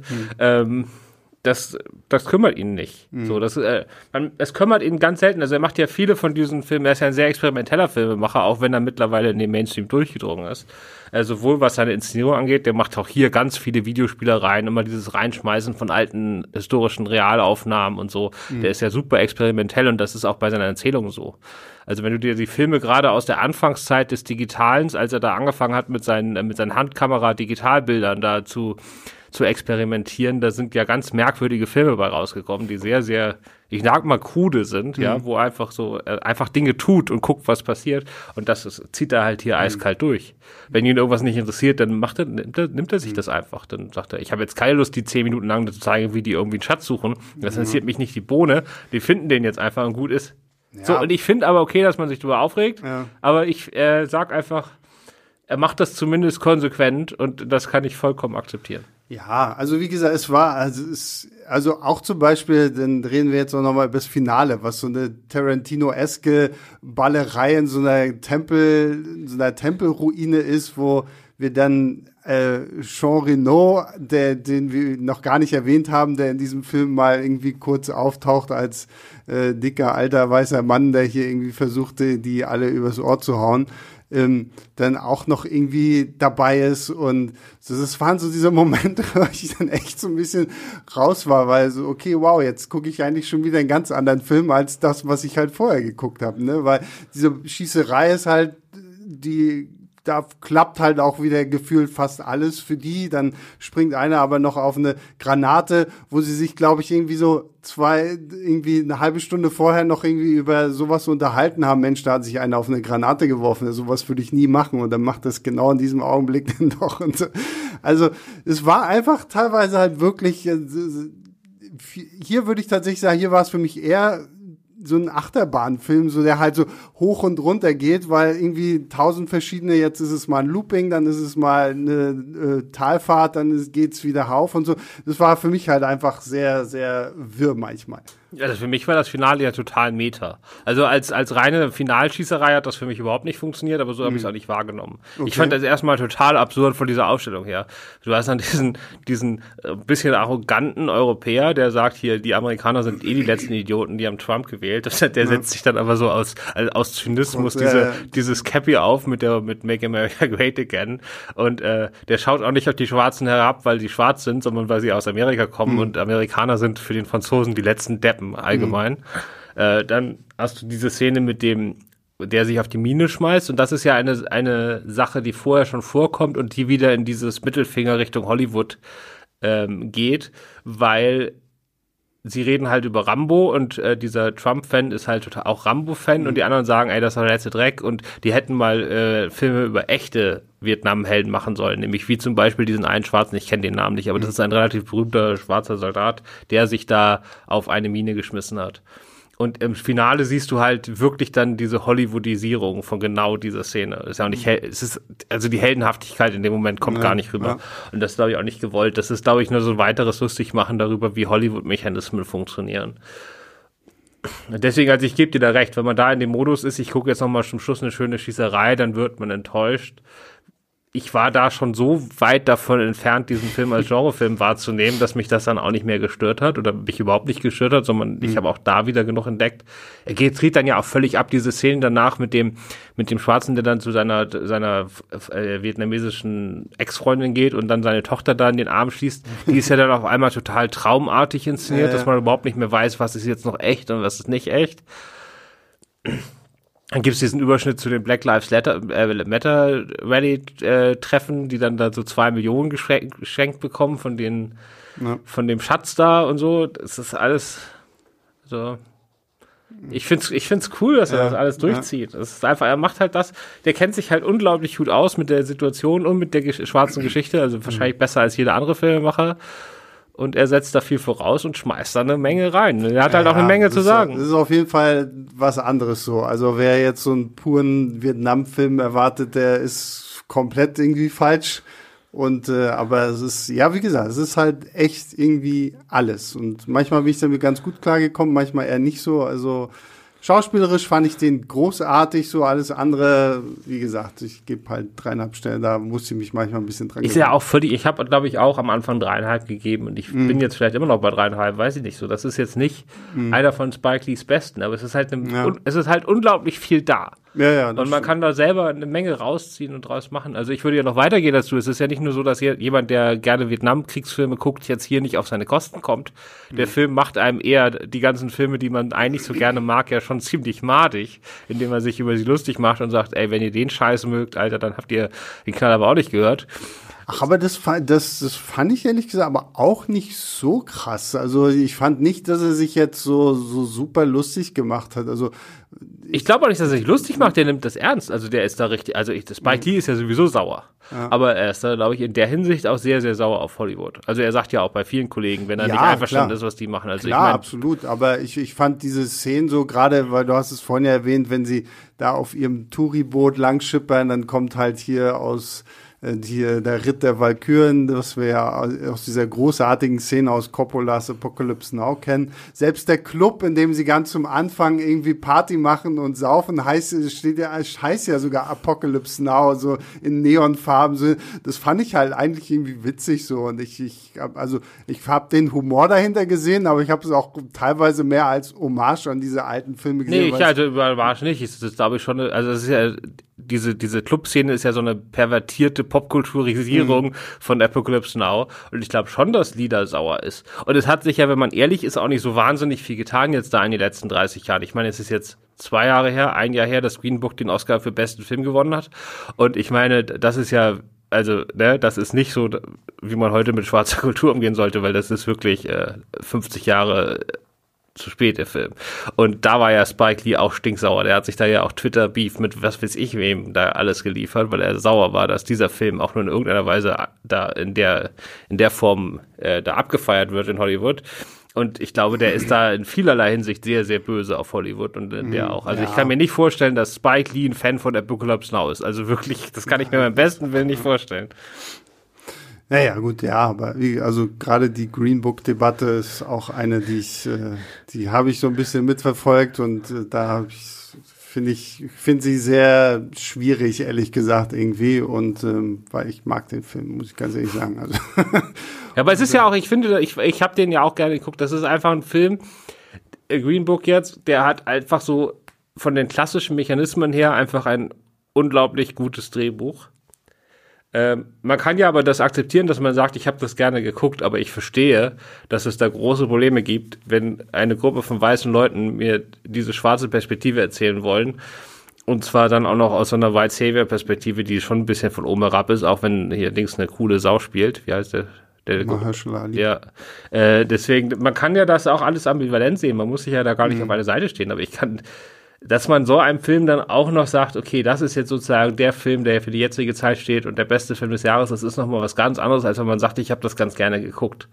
[SPEAKER 2] Das kümmert ihn nicht. So, es kümmert ihn ganz selten. Also er macht ja viele von diesen Filmen, er ist ja ein sehr experimenteller Filmemacher, auch wenn er mittlerweile in den Mainstream durchgedrungen ist. Sowohl was seine Inszenierung angeht, der macht auch hier ganz viele Videospielereien, immer dieses Reinschmeißen von alten historischen Realaufnahmen und so. Der ist ja super experimentell und das ist auch bei seiner Erzählung so. Also wenn du dir die Filme gerade aus der Anfangszeit des Digitalens, als er da angefangen hat mit seinen Handkamera-Digitalbildern da zu experimentieren, da sind ja ganz merkwürdige Filme bei rausgekommen, die sehr, sehr, ich sag mal, krude sind, ja, wo einfach so, einfach Dinge tut und guckt, was passiert und zieht er halt hier eiskalt durch. Wenn ihn irgendwas nicht interessiert, dann nimmt er sich das einfach, dann sagt er, ich habe jetzt keine Lust, die 10 Minuten lang zu zeigen, wie die irgendwie einen Schatz suchen, das interessiert mich nicht die Bohne, die finden den jetzt einfach und gut ist. Ja. So, und ich finde aber okay, dass man sich darüber aufregt, aber ich sag einfach, er macht das zumindest konsequent und das kann ich vollkommen akzeptieren.
[SPEAKER 1] Ja, also wie gesagt, also auch zum Beispiel, dann reden wir jetzt auch nochmal über das Finale, was so eine Tarantino-eske Ballerei in so einer Tempelruine ist, wo wir dann Jean Reno, den wir noch gar nicht erwähnt haben, der in diesem Film mal irgendwie kurz auftaucht als dicker, alter, weißer Mann, der hier irgendwie versuchte, die alle übers Ohr zu hauen, dann auch noch irgendwie dabei ist und das waren so diese Momente, wo ich dann echt so ein bisschen raus war, weil so, okay, wow, jetzt gucke ich eigentlich schon wieder einen ganz anderen Film als das, was ich halt vorher geguckt habe, ne, weil diese Schießerei ist halt, da klappt halt auch wieder gefühlt fast alles für die. Dann springt einer aber noch auf eine Granate, wo sie sich, glaube ich, irgendwie eine halbe Stunde vorher noch irgendwie über sowas unterhalten haben. Mensch, da hat sich einer auf eine Granate geworfen. Sowas würde ich nie machen. Und dann macht das genau in diesem Augenblick dann doch. Und so. Also es war einfach teilweise halt wirklich hier würde ich tatsächlich sagen, hier war es für mich eher so ein Achterbahnfilm, so der halt so hoch und runter geht, weil irgendwie 1000 verschiedene, jetzt ist es mal ein Looping, dann ist es mal eine Talfahrt, dann geht's wieder rauf und so. Das war für mich halt einfach sehr, sehr wirr manchmal.
[SPEAKER 2] Also für mich war das Finale ja total Meta. Also als reine Finalschießerei hat das für mich überhaupt nicht funktioniert, aber so habe ich es auch nicht wahrgenommen. Okay. Ich fand das erstmal total absurd von dieser Aufstellung her. Du hast dann diesen bisschen arroganten Europäer, der sagt hier, die Amerikaner sind die letzten Idioten, die haben Trump gewählt. Der setzt sich dann aber so aus Zynismus dieses Cappy auf mit Make America Great Again. Und der schaut auch nicht auf die Schwarzen herab, weil die schwarz sind, sondern weil sie aus Amerika kommen und Amerikaner sind für den Franzosen die letzten Deppen allgemein. Dann hast du diese Szene mit dem, der sich auf die Mine schmeißt, und das ist ja eine Sache, die vorher schon vorkommt und die wieder in dieses Mittelfinger Richtung Hollywood geht, weil sie reden halt über Rambo und dieser Trump-Fan ist halt total auch Rambo-Fan und die anderen sagen, ey, das ist der letzte Dreck, und die hätten mal Filme über echte Vietnam-Helden machen sollen, nämlich wie zum Beispiel diesen einen Schwarzen, ich kenne den Namen nicht, aber das ist ein relativ berühmter schwarzer Soldat, der sich da auf eine Mine geschmissen hat. Und im Finale siehst du halt wirklich dann diese Hollywoodisierung von genau dieser Szene. Ist ja auch nicht also die Heldenhaftigkeit in dem Moment kommt gar nicht rüber. Ja. Und das ist, glaube ich, auch nicht gewollt. Das ist, glaube ich, nur so ein weiteres Lustigmachen darüber, wie Hollywood-Mechanismen funktionieren. Deswegen, also ich gebe dir da recht, wenn man da in dem Modus ist, ich gucke jetzt nochmal zum Schluss eine schöne Schießerei, dann wird man enttäuscht. Ich war da schon so weit davon entfernt, diesen Film als Genrefilm wahrzunehmen, dass mich das dann auch nicht mehr gestört hat oder mich überhaupt nicht gestört hat, sondern ich habe auch da wieder genug entdeckt. Er dreht dann ja auch völlig ab, diese Szenen danach mit dem Schwarzen, der dann zu seiner vietnamesischen Ex-Freundin geht und dann seine Tochter da in den Arm schließt. Die ist ja dann auf einmal total traumartig inszeniert, dass man überhaupt nicht mehr weiß, was ist jetzt noch echt und was ist nicht echt. Dann gibt es diesen Überschnitt zu den Black Lives Matter Rally-Treffen, die dann da so 2 Millionen geschenkt bekommen von dem Schatz da und so. Das ist alles so. Ich find's cool, dass er das alles durchzieht. Das ist einfach, er macht halt das. Der kennt sich halt unglaublich gut aus mit der Situation und mit der schwarzen Geschichte. Also wahrscheinlich besser als jeder andere Filmemacher. Und er setzt da viel voraus und schmeißt da eine Menge rein. Er hat halt auch eine Menge zu sagen.
[SPEAKER 1] Das ist auf jeden Fall was anderes so. Also wer jetzt so einen puren Vietnam-Film erwartet, der ist komplett irgendwie falsch. Und aber es ist, ja, wie gesagt, es ist halt echt irgendwie alles. Und manchmal bin ich damit ganz gut klargekommen, manchmal eher nicht so. Also schauspielerisch fand ich den großartig, so alles andere, wie gesagt, ich gebe halt 3,5 Sterne, da musste ich mich manchmal ein bisschen dran gewöhnen.
[SPEAKER 2] Ist ja auch völlig, ich habe, glaube ich, auch am Anfang 3,5 gegeben und ich bin jetzt vielleicht immer noch bei 3,5, weiß ich nicht so. Das ist jetzt nicht einer von Spike Lees besten, aber es ist halt es ist halt unglaublich viel da.
[SPEAKER 1] Ja,
[SPEAKER 2] und man kann da selber eine Menge rausziehen und draus machen. Also ich würde ja noch weitergehen dazu. Es ist ja nicht nur so, dass jemand, der gerne Vietnam-Kriegsfilme guckt, jetzt hier nicht auf seine Kosten kommt. Der Film macht einem eher die ganzen Filme, die man eigentlich so gerne mag, ja schon ziemlich madig, indem er sich über sie lustig macht und sagt, ey, wenn ihr den Scheiß mögt, Alter, dann habt ihr den Knall aber auch nicht gehört.
[SPEAKER 1] Ach, aber das fand ich ehrlich gesagt aber auch nicht so krass. Also ich fand nicht, dass er sich jetzt so super lustig gemacht hat. Also
[SPEAKER 2] ich glaube auch nicht, dass er sich lustig macht, der nimmt das ernst. Also der ist da richtig, Spike Lee ist ja sowieso sauer. Ja. Aber er ist da, glaube ich, in der Hinsicht auch sehr, sehr sauer auf Hollywood. Also er sagt ja auch bei vielen Kollegen, wenn er nicht einverstanden ist, was die machen. Also
[SPEAKER 1] klar, absolut. Aber ich fand diese Szenen so, gerade, weil du hast es vorhin ja erwähnt, wenn sie da auf ihrem Touriboot langschippern, dann kommt halt hier der Ritt der Walküren, das wir ja aus dieser großartigen Szene aus Coppolas Apocalypse Now kennen. Selbst der Club, in dem sie ganz zum Anfang irgendwie Party machen und saufen, heißt ja sogar Apocalypse Now, so in Neonfarben. So, das fand ich halt eigentlich irgendwie witzig so. Und ich habe den Humor dahinter gesehen, aber ich habe es auch teilweise mehr als Hommage an diese alten Filme gesehen.
[SPEAKER 2] Nee, ich halte Hommage nicht. Das ist, glaube ich, schon, also das ist ja diese Clubszene ist ja so eine pervertierte Popkulturisierung von Apocalypse Now. Und ich glaube schon, dass Lee da sauer ist. Und es hat sich ja, wenn man ehrlich ist, auch nicht so wahnsinnig viel getan jetzt da in den letzten 30 Jahren. Ich meine, es ist jetzt 2 Jahre her, 1 Jahr her, dass Green Book den Oscar für besten Film gewonnen hat. Und ich meine, das ist ja, also, das ist nicht so, wie man heute mit schwarzer Kultur umgehen sollte, weil das ist wirklich 50 Jahre zu spät, der Film. Und da war ja Spike Lee auch stinksauer. Der hat sich da ja auch Twitter-Beef mit was weiß ich wem da alles geliefert, weil er sauer war, dass dieser Film auch nur in irgendeiner Weise da in der Form da abgefeiert wird in Hollywood. Und ich glaube, der ist da in vielerlei Hinsicht sehr, sehr böse auf Hollywood und der auch. Also ich kann mir nicht vorstellen, dass Spike Lee ein Fan von Apocalypse Now ist. Also wirklich, das kann ich mir beim besten Willen nicht vorstellen.
[SPEAKER 1] Naja, gut, ja, aber also gerade die Green Book-Debatte ist auch eine, die habe ich so ein bisschen mitverfolgt und da habe ich finde sie sehr schwierig, ehrlich gesagt, irgendwie. Und weil ich mag den Film, muss ich ganz ehrlich sagen. Also
[SPEAKER 2] ja, aber es ist ja auch, ich finde, ich habe den ja auch gerne geguckt. Das ist einfach ein Film, Green Book jetzt, der hat einfach so von den klassischen Mechanismen her einfach ein unglaublich gutes Drehbuch. Man kann ja aber das akzeptieren, dass man sagt, ich habe das gerne geguckt, aber ich verstehe, dass es da große Probleme gibt, wenn eine Gruppe von weißen Leuten mir diese schwarze Perspektive erzählen wollen. Und zwar dann auch noch aus so einer White Savior Perspektive, die schon ein bisschen von oben herab ist, auch wenn hier links eine coole Sau spielt. Wie heißt der
[SPEAKER 1] Mahershala Ali.
[SPEAKER 2] Ja, deswegen, man kann ja das auch alles ambivalent sehen. Man muss sich ja da gar nicht auf eine Seite stehen, aber ich kann, dass man so einem Film dann auch noch sagt, okay, das ist jetzt sozusagen der Film, der für die jetzige Zeit steht und der beste Film des Jahres, das ist nochmal was ganz anderes, als wenn man sagt, ich habe das ganz gerne geguckt.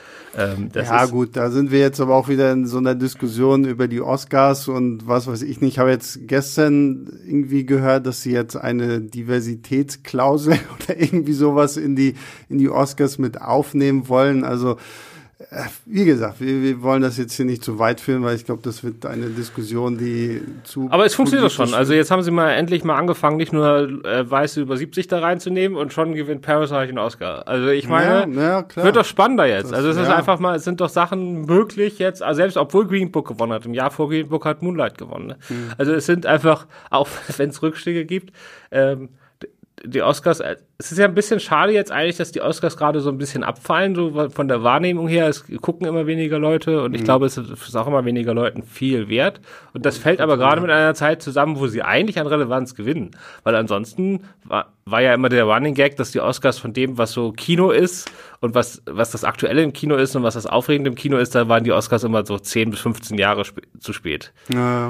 [SPEAKER 1] Ja gut, da sind wir jetzt aber auch wieder in so einer Diskussion über die Oscars und was weiß ich nicht. Ich habe jetzt gestern irgendwie gehört, dass sie jetzt eine Diversitätsklausel oder irgendwie sowas in die Oscars mit aufnehmen wollen. Also wie gesagt, wir wollen das jetzt hier nicht zu weit führen, weil ich glaube, das wird eine Diskussion, die zu...
[SPEAKER 2] Aber es funktioniert doch schon. Also jetzt haben sie endlich mal angefangen, nicht nur Weiße über 70 da reinzunehmen und schon gewinnt Parasite einen Oscar. Also ich meine, wird doch spannender jetzt. Also es ist einfach mal, es sind doch Sachen möglich jetzt, also selbst obwohl Green Book gewonnen hat. Im Jahr vor Green Book hat Moonlight gewonnen. Ne? Also es sind einfach, auch wenn es Rückschläge gibt, die Oscars, es ist ja ein bisschen schade jetzt eigentlich, dass die Oscars gerade so ein bisschen abfallen, so von der Wahrnehmung her. Es gucken immer weniger Leute und ich glaube, es ist auch immer weniger Leuten viel wert. Und das fällt aber gerade mit einer Zeit zusammen, wo sie eigentlich an Relevanz gewinnen. Weil ansonsten war ja immer der Running Gag, dass die Oscars von dem, was so Kino ist und was das Aktuelle im Kino ist und was das Aufregende im Kino ist, da waren die Oscars immer so 10 bis 15 Jahre zu spät. Ja.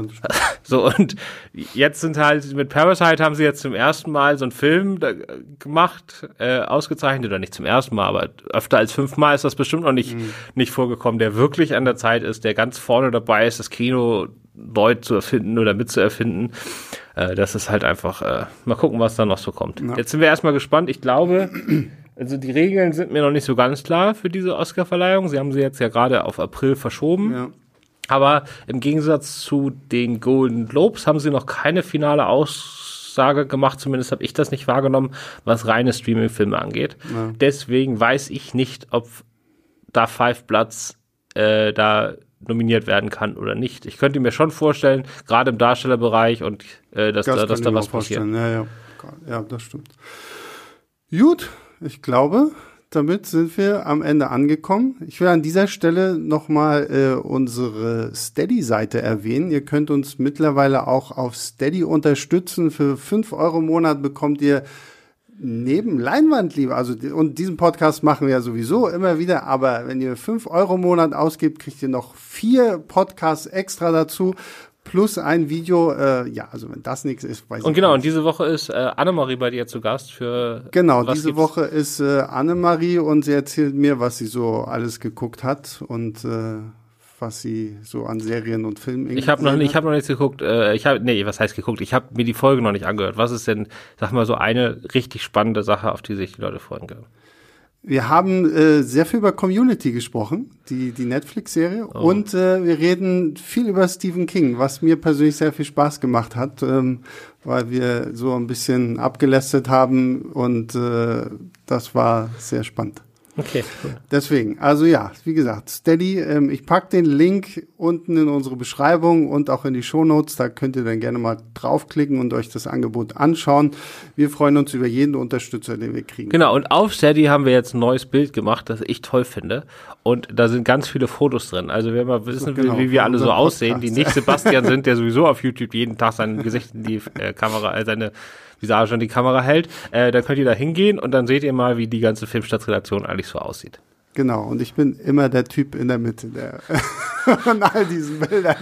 [SPEAKER 2] So, und jetzt sind halt, mit Parasite haben sie jetzt zum ersten Mal so einen Film gemacht, ausgezeichnet, oder nicht zum ersten Mal, aber öfter als 5 Mal ist das bestimmt noch nicht vorgekommen, der wirklich an der Zeit ist, der ganz vorne dabei ist, das Kino neu zu erfinden oder mitzuerfinden. Das ist halt einfach, mal gucken, was da noch so kommt. Ja. Jetzt sind wir erstmal gespannt. Ich glaube, also die Regeln sind mir noch nicht so ganz klar für diese Oscar-Verleihung. Sie haben sie jetzt ja gerade auf April verschoben. Ja. Aber im Gegensatz zu den Golden Globes haben sie noch keine finale Aussage gemacht, zumindest habe ich das nicht wahrgenommen, was reine Streaming-Filme angeht. Ja. Deswegen weiß ich nicht, ob da Five Bloods da nominiert werden kann oder nicht. Ich könnte mir schon vorstellen, gerade im Darstellerbereich und dass da was passiert.
[SPEAKER 1] Ja, das stimmt. Gut, ich glaube, damit sind wir am Ende angekommen. Ich will an dieser Stelle nochmal unsere Steady-Seite erwähnen. Ihr könnt uns mittlerweile auch auf Steady unterstützen. Für 5 € im Monat bekommt ihr neben Leinwandliebe, also und diesen Podcast machen wir ja sowieso immer wieder, aber wenn ihr 5 € im Monat ausgebt, kriegt ihr noch 4 Podcasts extra dazu, plus ein Video, also wenn das nichts ist, weiß ich nicht.
[SPEAKER 2] Und genau, und diese Woche ist Annemarie bei dir zu Gast für...
[SPEAKER 1] Genau, diese Woche ist Annemarie und sie erzählt mir, was sie so alles geguckt hat und was sie so an Serien und Filmen
[SPEAKER 2] Ich habe noch nichts geguckt. Was heißt geguckt? Ich habe mir die Folge noch nicht angehört. Was ist denn, sag mal, so eine richtig spannende Sache, auf die sich die Leute freuen können?
[SPEAKER 1] Wir haben sehr viel über Community gesprochen, die Netflix-Serie. Oh. Und wir reden viel über Stephen King, was mir persönlich sehr viel Spaß gemacht hat, weil wir so ein bisschen abgelästert haben und das war sehr spannend.
[SPEAKER 2] Okay, cool.
[SPEAKER 1] Deswegen, also ja, wie gesagt, Steady, ich pack den Link unten in unsere Beschreibung und auch in die Shownotes, da könnt ihr dann gerne mal draufklicken und euch das Angebot anschauen. Wir freuen uns über jeden Unterstützer, den wir kriegen.
[SPEAKER 2] Genau, und auf Steady haben wir jetzt ein neues Bild gemacht, das ich toll finde und da sind ganz viele Fotos drin, also wer mal wissen will, wie wir alle so aussehen, die nicht Sebastian sind, der sowieso auf YouTube jeden Tag sein Gesicht in die Kamera, seine Visage an die Kamera hält, dann könnt ihr da hingehen und dann seht ihr mal, wie die ganze Filmstadtredaktion eigentlich so aussieht.
[SPEAKER 1] Genau, und ich bin immer der Typ in der Mitte von all diesen Bildern.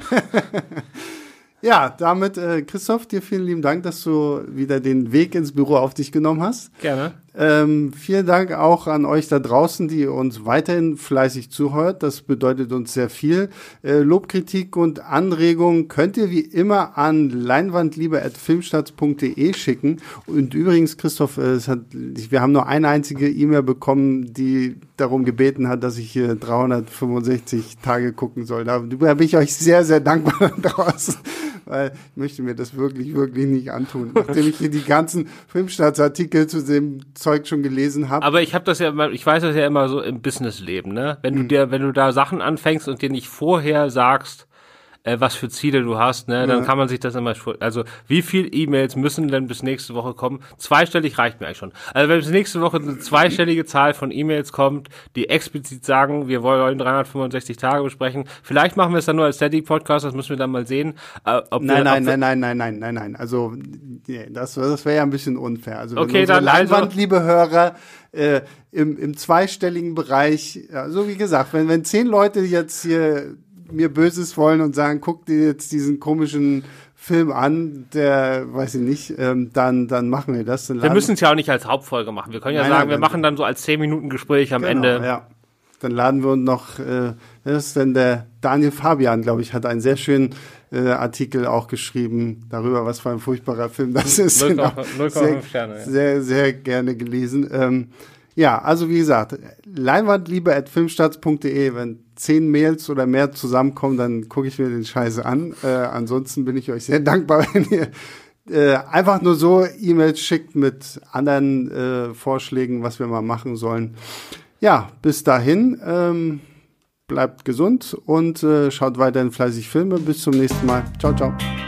[SPEAKER 1] Ja, damit, Christoph, dir vielen lieben Dank, dass du wieder den Weg ins Büro auf dich genommen hast.
[SPEAKER 2] Gerne.
[SPEAKER 1] Vielen Dank auch an euch da draußen, die uns weiterhin fleißig zuhört. Das bedeutet uns sehr viel. Lob, Kritik und Anregungen könnt ihr wie immer an leinwandliebe@filmstarts.de schicken. Und übrigens, Christoph, wir haben nur eine einzige E-Mail bekommen, die darum gebeten hat, dass ich hier 365 Tage gucken soll. Da bin ich euch sehr, sehr dankbar draußen, weil ich möchte mir das wirklich, wirklich nicht antun, nachdem ich hier die ganzen Filmstarts-Artikel zu dem Zeug schon gelesen habe.
[SPEAKER 2] Aber ich weiß das ja immer so im Businessleben, ne? Wenn du da Sachen anfängst und dir nicht vorher sagst, was für Ziele du hast, ne, dann kann man sich das immer, also wie viel E-Mails müssen denn bis nächste Woche kommen? Zweistellig reicht mir eigentlich schon. Also wenn bis nächste Woche eine zweistellige Zahl von E-Mails kommt, die explizit sagen, wir wollen 365 Tage besprechen, vielleicht machen wir es dann nur als Steady-Podcast, das müssen wir dann mal sehen.
[SPEAKER 1] Nein. Also das wäre ja ein bisschen unfair. Also
[SPEAKER 2] okay,
[SPEAKER 1] unsere Leinwand, liebe Hörer, im zweistelligen Bereich, also wie gesagt, wenn 10 Leute jetzt hier mir Böses wollen und sagen, guck dir jetzt diesen komischen Film an, der, weiß ich nicht, dann machen wir das.
[SPEAKER 2] Wir müssen es ja auch nicht als Hauptfolge machen. Wir können ja sagen, wir machen dann so als 10-Minuten-Gespräch am Ende.
[SPEAKER 1] Ja. Dann laden wir uns noch, das ist denn der Daniel Fabian, glaube ich, hat einen sehr schönen Artikel auch geschrieben darüber, was für ein furchtbarer Film das ist.
[SPEAKER 2] 0,5 Sterne.
[SPEAKER 1] Sehr, sehr gerne gelesen. Ja, also wie gesagt, leinwandliebe@filmstarts.de, wenn 10 Mails oder mehr zusammenkommen, dann gucke ich mir den Scheiße an. Ansonsten bin ich euch sehr dankbar, wenn ihr einfach nur so E-Mails schickt mit anderen Vorschlägen, was wir mal machen sollen. Ja, bis dahin, bleibt gesund und schaut weiterhin fleißig Filme. Bis zum nächsten Mal. Ciao, ciao.